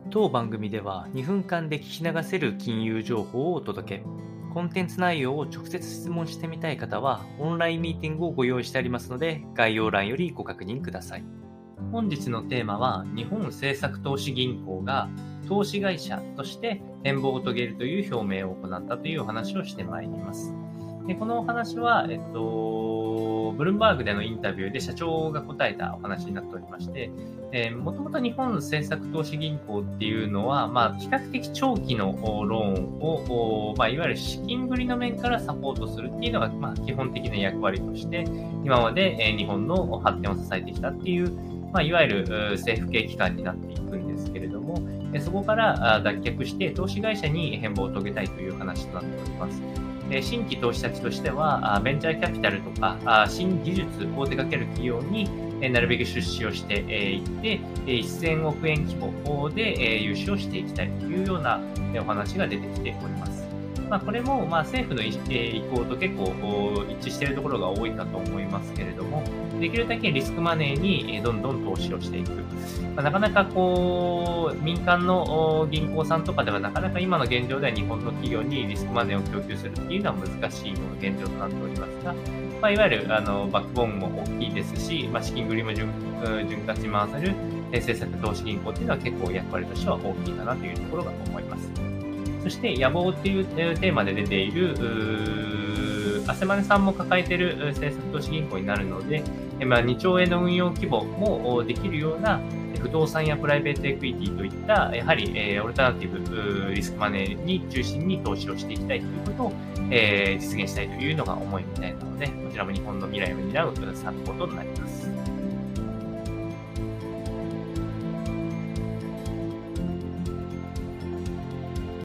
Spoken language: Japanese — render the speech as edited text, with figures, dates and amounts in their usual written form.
当番組では2分間で聞き流せる金融情報をお届け。コンテンツ内容を直接質問してみたい方はオンラインミーティングをご用意してありますので、概要欄よりご確認ください。本日のテーマは、日本政策投資銀行が投資会社として変貌を遂げるという表明を行ったというお話をしてまいります。でこのお話は、ブルームバーグでのインタビューで社長が答えたお話になっておりまして、もともと日本政策投資銀行っていうのは、比較的長期のローンを、いわゆる資金繰りの面からサポートするっていうのが、基本的な役割として、今まで日本の発展を支えてきたっていう、いわゆる政府系機関になっていくんですけれども、そこから脱却して投資会社に変貌を遂げたいという話となっております。新規投資先としては、ベンチャーキャピタルとか、新技術を手掛ける企業になるべく出資をしていって、1000億円規模で融資をしていきたいというようなお話が出てきております。これも政府の意向と結構一致しているところが多いかと思いますけれども、できるだけリスクマネーにどんどん投資をしていく。なかなか民間の銀行さんとかではなかなか今の現状では日本の企業にリスクマネーを供給するっていうのは難しいのが現状となっておりますが、いわゆるバックボーンも大きいですし、資金繰りも潤滑に回せる政策投資銀行っていうのは結構役割としては大きいかなというところが思います。そして野望っていうテーマで出ているアセマネさんも抱えている政策投資銀行になるので、2兆円の運用規模もできるような不動産やプライベートエクイティといったやはりオルタナティブリスクマネーに中心に投資をしていきたいということを実現したいというのが思いみたいなので、こちらも日本の未来を担う参考となります。